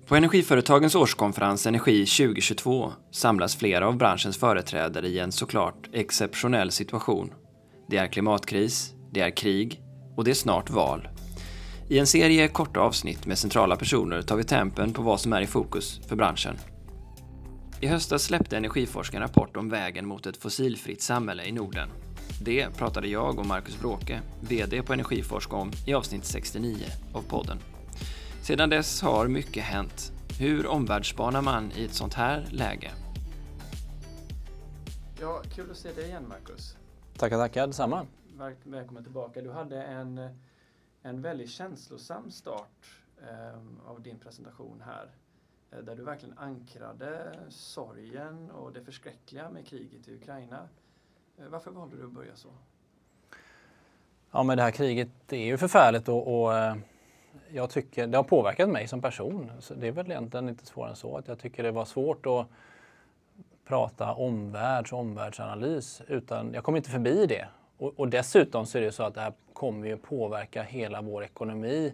På Energiföretagens årskonferens Energi 2022 samlas flera av branschens företrädare i en såklart exceptionell situation. Det är klimatkris, det är krig och det är snart val. I en serie korta avsnitt med centrala personer tar vi tempen på vad som är i fokus för branschen. I höstas släppte Energiforsk en rapport om vägen mot ett fossilfritt samhälle i Norden. Det pratade jag och Marcus Bråke, vd på Energiforsk, om i avsnitt 69 av podden. Sedan dess har mycket hänt. Hur omvärldsspanar man i ett sånt här läge? Ja, kul att se dig igen, Marcus. Tackar, detsamma. Välkommen tillbaka. Du hade en väldigt känslosam start av din presentation här. Där du verkligen ankrade sorgen och det förskräckliga med kriget i Ukraina. Varför valde du att börja så? Ja, men det här kriget är ju förfärligt och jag tycker det har påverkat mig som person. Så det är väl egentligen inte svårare än så. Att jag tycker det var svårt att prata omvärldsanalys utan jag kom inte förbi det. Och dessutom så är det så att det här kommer ju påverka hela vår ekonomi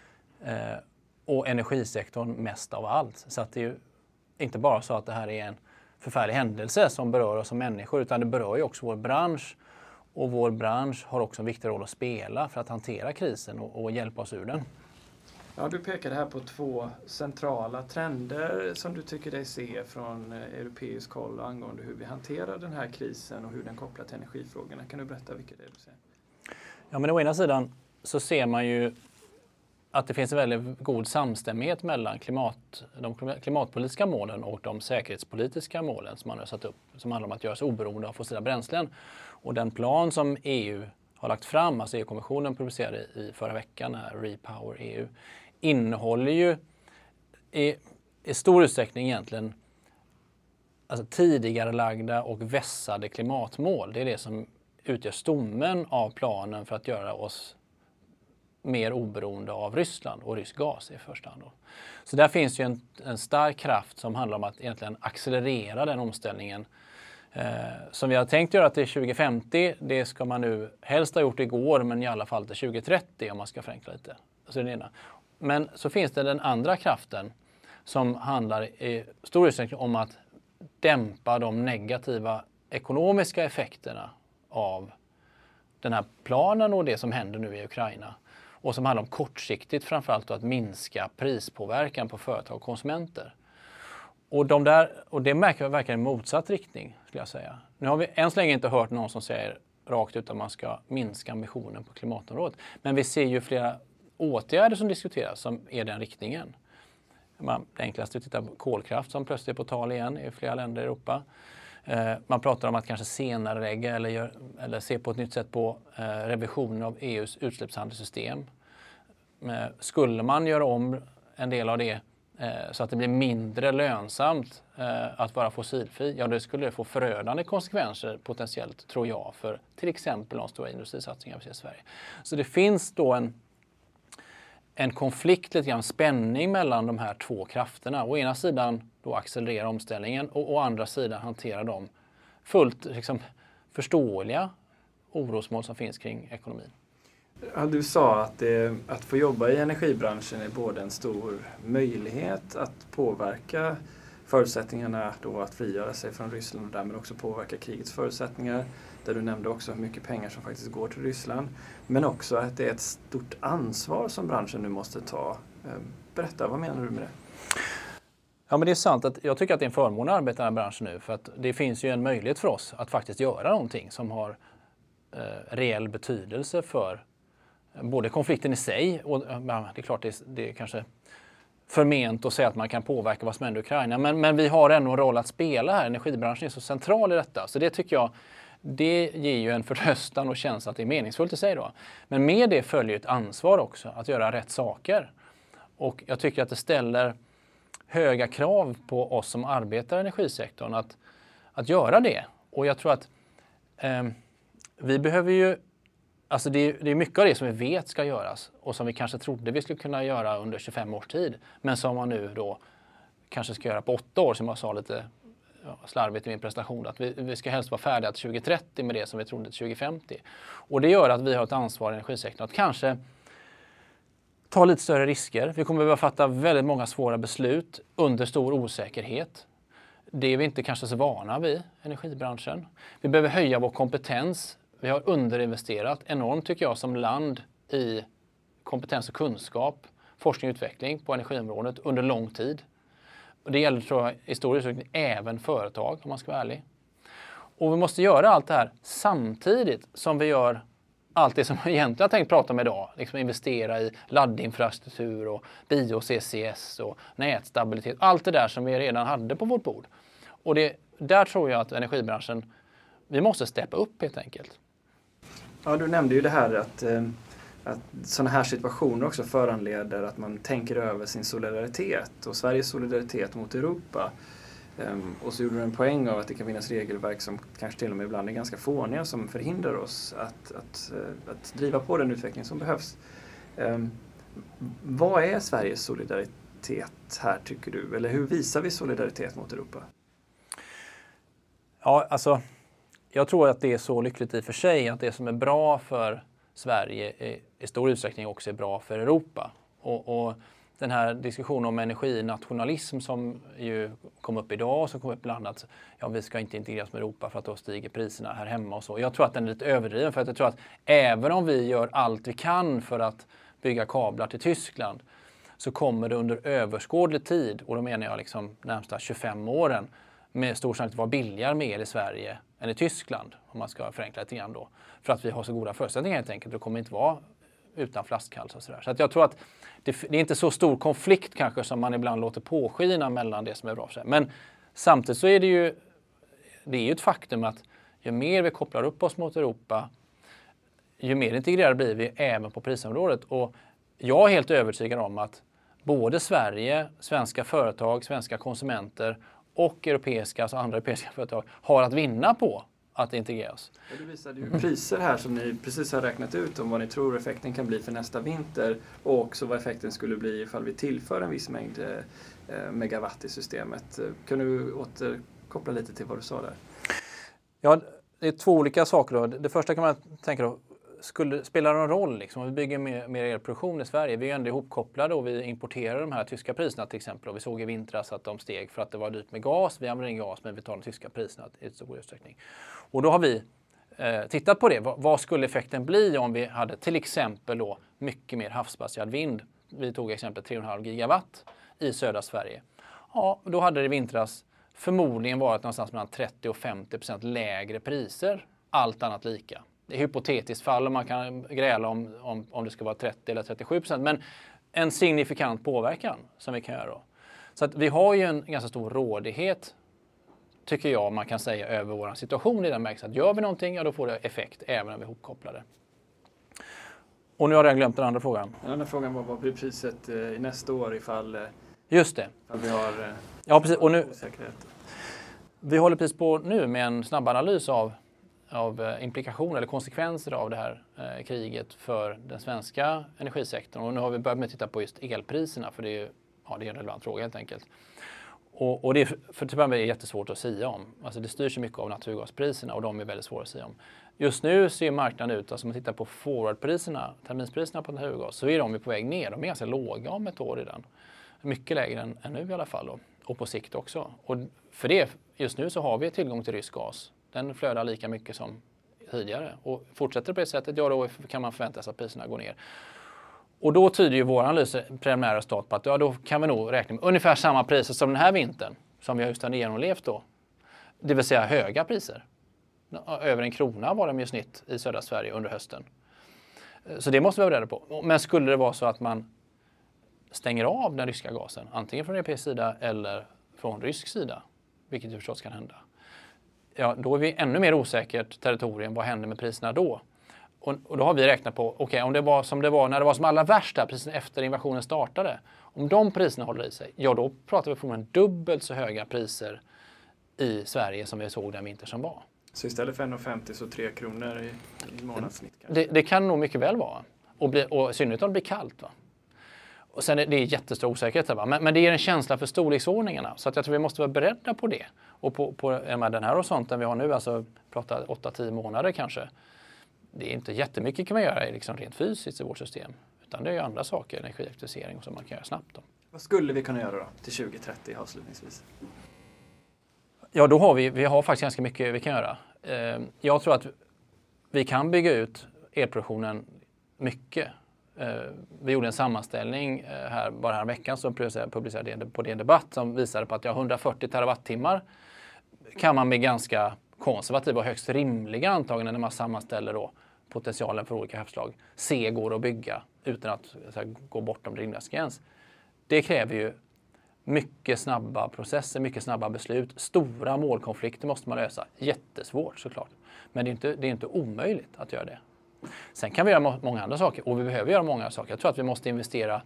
och energisektorn mest av allt. Så att det är ju inte bara så att det här är en förfärlig händelse som berör oss som människor, utan det berör ju också vår bransch. Och vår bransch har också en viktig roll att spela för att hantera krisen och hjälpa oss ur den. Ja, du pekade här på två centrala trender som du tycker dig se från europeisk håll angående hur vi hanterar den här krisen och hur den kopplar till energifrågorna. Kan du berätta vilka det är du ser? Ja, men å ena sidan så ser man ju att det finns en väldigt god samstämmighet mellan de klimatpolitiska målen och de säkerhetspolitiska målen som man har satt upp, som handlar om att göra sig oberoende av fossila bränslen. Och den plan som EU har lagt fram, alltså EU-kommissionen publicerade i förra veckan, här Repower EU, innehåller ju i stor utsträckning egentligen alltså tidigare lagda och vässade klimatmål. Det är det som utgör stommen av planen för att göra oss mer oberoende av Ryssland och rysk gas i första hand. Så där finns ju en stark kraft som handlar om att egentligen accelerera den omställningen. Som vi har tänkt göra till 2050, det ska man nu helst ha gjort igår, men i alla fall till 2030 om man ska förenkla lite. Så det ena. Men så finns det den andra kraften som handlar i stor utsträckning om att dämpa de negativa ekonomiska effekterna av den här planen och det som händer nu i Ukraina. Och som handlar om kortsiktigt framförallt att minska prispåverkan på företag och konsumenter. Och det märker vi verkligen i motsatt riktning, skulle jag säga. Nu har vi än så länge inte hört någon som säger rakt ut att man ska minska ambitionen på klimatområdet. Men vi ser ju flera åtgärder som diskuteras som är den riktningen. Det enklaste är att titta på kolkraft som plötsligt är på tal igen i flera länder i Europa. Man pratar om att kanske senarelägga eller se på ett nytt sätt på revisionen av EUs utsläppshandelssystem. Skulle man göra om en del av det så att det blir mindre lönsamt att vara fossilfri, ja, det skulle få förödande konsekvenser potentiellt, tror jag, för till exempel de stora industrisatsningar vi ser i Sverige. Så det finns då en konflikt, lite grann spänning mellan de här två krafterna. Å ena sidan då accelerera omställningen och å andra sidan hantera de fullt förståeliga orosmål som finns kring ekonomin. Ja, du sa att få jobba i energibranschen är både en stor möjlighet att påverka förutsättningarna då att frigöra sig från Ryssland och därmed också påverka krigets förutsättningar. Där du nämnde också hur mycket pengar som faktiskt går till Ryssland. Men också att det är ett stort ansvar som branschen nu måste ta. Berätta, vad menar du med det? Ja, men det är sant att jag tycker att det är en förmån att arbeta i den här branschen nu. För att det finns ju en möjlighet för oss att faktiskt göra någonting som har reell betydelse för både konflikten i sig och ja, det är klart det är kanske förment att säga att man kan påverka vad som händer i Ukraina. Men vi har ändå en roll att spela här. Energibranschen är så central i detta. Så det tycker jag, det ger ju en förtröstan och känsla att det är meningsfullt i sig då. Men med det följer ett ansvar också att göra rätt saker. Och jag tycker att det ställer höga krav på oss som arbetar i energisektorn att göra det. Och jag tror att vi behöver ju, alltså det är mycket av det som vi vet ska göras och som vi kanske trodde vi skulle kunna göra under 25 års tid. Men som man nu då kanske ska göra på 8 år, som jag sa lite slarvigt i min presentation. Att vi ska helst vara färdiga till 2030 med det som vi trodde till 2050. Och det gör att vi har ett ansvar i energisektorn att kanske ta lite större risker. Vi kommer behöva fatta väldigt många svåra beslut under stor osäkerhet. Det är vi inte kanske så vana vid, energibranschen. Vi behöver höja vår kompetens. Vi har underinvesterat enormt tycker jag som land i kompetens och kunskap, forskning och utveckling på energiområdet under lång tid. Och det gäller tror jag i stor utsträckning även företag om man ska vara ärlig. Och vi måste göra allt det här samtidigt som vi gör allt det som jag egentligen har tänkt prata om idag. Liksom investera i laddinfrastruktur och bio-CCS och nätstabilitet. Allt det där som vi redan hade på vårt bord. Och där tror jag att energibranschen, vi måste steppa upp helt enkelt. Ja, du nämnde ju det här att sådana här situationer också föranleder att man tänker över sin solidaritet och Sveriges solidaritet mot Europa. Och så gjorde du en poäng av att det kan finnas regelverk som kanske till och med ibland är ganska fåniga som förhindrar oss att driva på den utveckling som behövs. Vad är Sveriges solidaritet här tycker du? Eller hur visar vi solidaritet mot Europa? Ja, alltså jag tror att det är så lyckligt i och för sig att det som är bra för Sverige i stor utsträckning också är bra för Europa. Och den här diskussionen om energinationalism som ju kom upp idag och som kom upp bland annat, ja vi ska inte integreras med Europa för att då stiger priserna här hemma och så. Jag tror att den är lite överdriven för att jag tror att även om vi gör allt vi kan för att bygga kablar till Tyskland så kommer det under överskådlig tid, och då menar jag liksom närmsta 25 åren, med stor sannolikhet vara billigare med el i Sverige än i Tyskland, om man ska förenkla lite grann då. För att vi har så goda förutsättningar helt enkelt, det kommer inte vara utan flaskhalsar och sådär. Så att jag tror att det är inte så stor konflikt kanske som man ibland låter påskina mellan det som är bra för sig. Men samtidigt så är det ju ett faktum att ju mer vi kopplar upp oss mot Europa, ju mer integrerade blir vi även på prisområdet. Och jag är helt övertygad om att både Sverige, svenska företag, svenska konsumenter och europeiska, alltså andra europeiska företag har att vinna på att integreras. Du visade ju priser här som ni precis har räknat ut om vad ni tror effekten kan bli för nästa vinter och också vad effekten skulle bli ifall vi tillför en viss mängd megawatt i systemet. Kan du återkoppla lite till vad du sa där? Ja, det är två olika saker då. Det första kan man tänka då, spelar det någon roll liksom, om vi bygger mer elproduktion i Sverige? Vi är ändå ihopkopplade och vi importerar de här tyska priserna till exempel. Och vi såg i vintras att de steg för att det var dyrt med gas. Vi använder gas men vi tar de tyska priserna i stor utsträckning. Och då har vi tittat på det. Vad skulle effekten bli om vi hade till exempel då mycket mer havsbaserad vind? Vi tog exempel 3,5 gigawatt i södra Sverige. Ja, då hade det i vintras förmodligen varit någonstans mellan 30 och 50% lägre priser. Allt annat lika. Det är hypotetiskt fall och man kan gräla om det ska vara 30 eller 37%. Men en signifikant påverkan som vi kan göra då. Så att vi har ju en ganska stor rådighet, tycker jag man kan säga, över vår situation i den märkelsen. Att gör vi någonting, ja då får det effekt även när vi är ihopkopplade. Och nu har jag glömt den andra frågan. Den andra frågan var vad blir priset i nästa år ifall Just det. vi har ja, precis. Och nu, osäkerhet? vi håller precis på nu med en snabb analys av implikationer eller konsekvenser av det här kriget för den svenska energisektorn. Och nu har vi börjat med att titta på just elpriserna för det är en relevant fråga helt enkelt. Och det är för till är jättesvårt att säga om. Alltså det styrs ju mycket av naturgaspriserna och de är väldigt svåra att säga om. Just nu ser marknaden ut, alltså om man tittar på forwardpriserna, terminspriserna på naturgas, så är de på väg ner. De är ganska låga om ett år redan. Mycket lägre än nu i alla fall då. Och på sikt också. Och för det, just nu så har vi tillgång till rysk gas. Den flödar lika mycket som tidigare. Och fortsätter det på det sättet, ja då kan man förvänta sig att priserna går ner. Och då tyder ju vår analys preliminära stat på att ja, då kan vi nog räkna med ungefär samma priser som den här vintern. Som vi just har genomlevt då. Det vill säga höga priser. Över 1 krona var de ju snitt i södra Sverige under hösten. Så det måste vi vara beredda på. Men skulle det vara så att man stänger av den ryska gasen, antingen från europeisk sida eller från rysk sida, vilket ju förstås kan hända. Ja, då är vi ännu mer osäkert territorium. Vad händer med priserna då? Och då har vi räknat på, okej, om det var som det var när det var som allra värst där, precis efter invasionen startade. Om de priserna håller i sig, ja då pratar vi om dubbelt så höga priser i Sverige som vi såg den vinter som var. Så istället för 1,50 så 3 kronor i månadssnitt kanske? Det kan nog mycket väl vara. Och i synnerhet om det blir kallt. Va? Och sen är det jättestor osäkerhet. Va? Men det ger en känsla för storleksordningarna. Så att jag tror vi måste vara beredda på det. Och på den här horisonten vi har nu, alltså pratar 8-10 månader kanske. Det är inte jättemycket kan man göra liksom rent fysiskt i vårt system. Utan det är ju andra saker, energieffektivisering som man kan göra snabbt då. Vad skulle vi kunna göra då till 2030 avslutningsvis? Ja, då har vi har faktiskt ganska mycket vi kan göra. Jag tror att vi kan bygga ut elproduktionen mycket. Vi gjorde en sammanställning bara här veckan som publicerade på DN Debatt som visade på att 140 terawattimmar kan man med ganska konservativa och högst rimliga antaganden när man sammanställer då potentialen för olika kraftslag se går att bygga utan att gå bortom rimligast gräns. Det kräver ju mycket snabba processer, mycket snabba beslut. Stora målkonflikter måste man lösa. Jättesvårt såklart. Men det är inte omöjligt att göra det. Sen kan vi göra många andra saker och vi behöver göra många saker. Jag tror att vi måste investera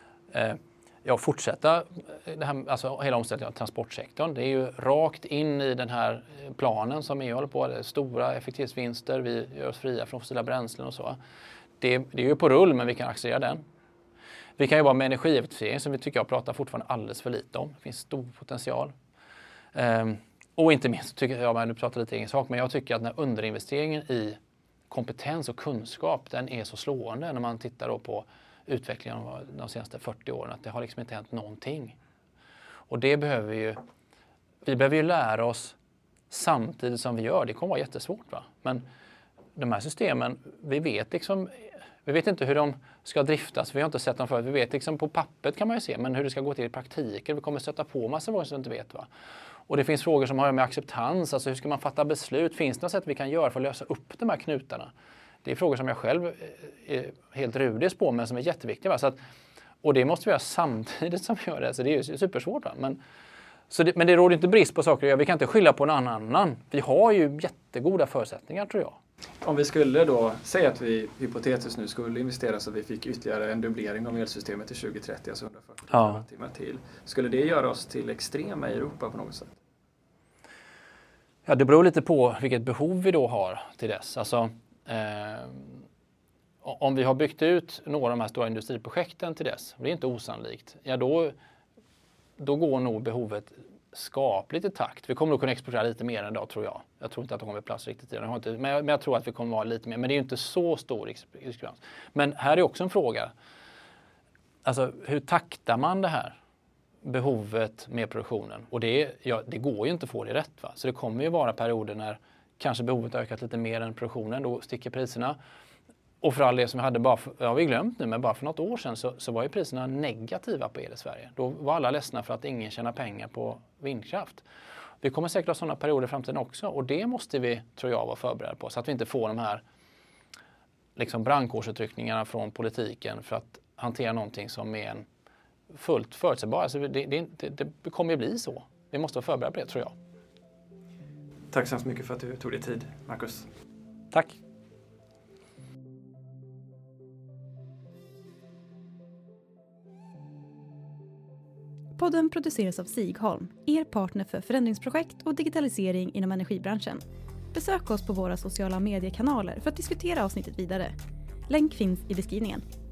fortsätta det här, alltså hela omställningen av transportsektorn. Det är ju rakt in i den här planen som EU håller på. Det är stora effektivitetsvinster, vi gör oss fria från fossila bränslen och så. Det är ju på rull, men vi kan accelerera den. Vi kan jobba med energieffektivisering som vi tycker jag pratar fortfarande alldeles för lite om. Det finns stor potential. Och inte minst tycker jag, nu pratar lite egen sak, men jag tycker att den här underinvesteringen i kompetens och kunskap, den är så slående när man tittar då på utvecklingen de senaste 40 åren, att det har liksom inte hänt någonting. Och det behöver vi behöver ju lära oss samtidigt som vi gör. Det kommer vara jättesvårt, va? Men de här systemen, vi vet inte hur de ska driftas, vi har inte sett dem förut. Vi vet liksom på pappret kan man ju se, men hur det ska gå till i praktiken, vi kommer stöta på massa frågor som vi inte vet, va? Och det finns frågor som har med acceptans, alltså hur ska man fatta beslut? Finns det något sätt vi kan göra för att lösa upp de här knutarna? Det är frågor som jag själv är helt rudis på, men som är jätteviktiga. Va? Och det måste vi göra samtidigt som vi gör det, så det är ju supersvårt. Va? Men det råder inte brist på saker att göra. Vi kan inte skylla på någon annan. Vi har ju jättegoda förutsättningar, tror jag. Om vi skulle då säga att vi hypotetiskt nu skulle investera så att vi fick ytterligare en dubblering av elsystemet till 2030, alltså 140 terawattimmar till. Skulle det göra oss till extrema i Europa på något sätt? Ja, det beror lite på vilket behov vi då har till dess. Alltså, om vi har byggt ut några av de här stora industriprojekten till dess, och det är inte osannolikt, ja då går nog behovet skapligt i takt. Vi kommer nog kunna exportera lite mer än idag, tror jag. Jag tror inte att de kommer plats riktigt i det. Men jag tror att vi kommer vara lite mer. Men det är ju inte så stor diskrepans. Men här är också en fråga. Alltså, hur taktar man det här behovet med produktionen? Och det går ju inte att få det rätt. Va? Så det kommer ju vara perioder när kanske behovet har ökat lite mer än produktionen. Då sticker priserna. Och för all det som vi hade har vi glömt nu, men bara för något år sedan så var ju priserna negativa på el i Sverige. Då var alla ledsna för att ingen tjänar pengar på vindkraft. Vi kommer säkert ha sådana perioder i framtiden också, och det måste vi, tror jag, vara förberedda på, så att vi inte får de här liksom brandkårsutryckningarna från politiken för att hantera någonting som är en fullt förutsägbar. Alltså det kommer ju bli så. Vi måste vara förberedda på det, tror jag. Tack så mycket för att du tog dig tid, Marcus. Tack. Podden produceras av Sigholm, er partner för förändringsprojekt och digitalisering inom energibranschen. Besök oss på våra sociala mediekanaler för att diskutera avsnittet vidare. Länk finns i beskrivningen.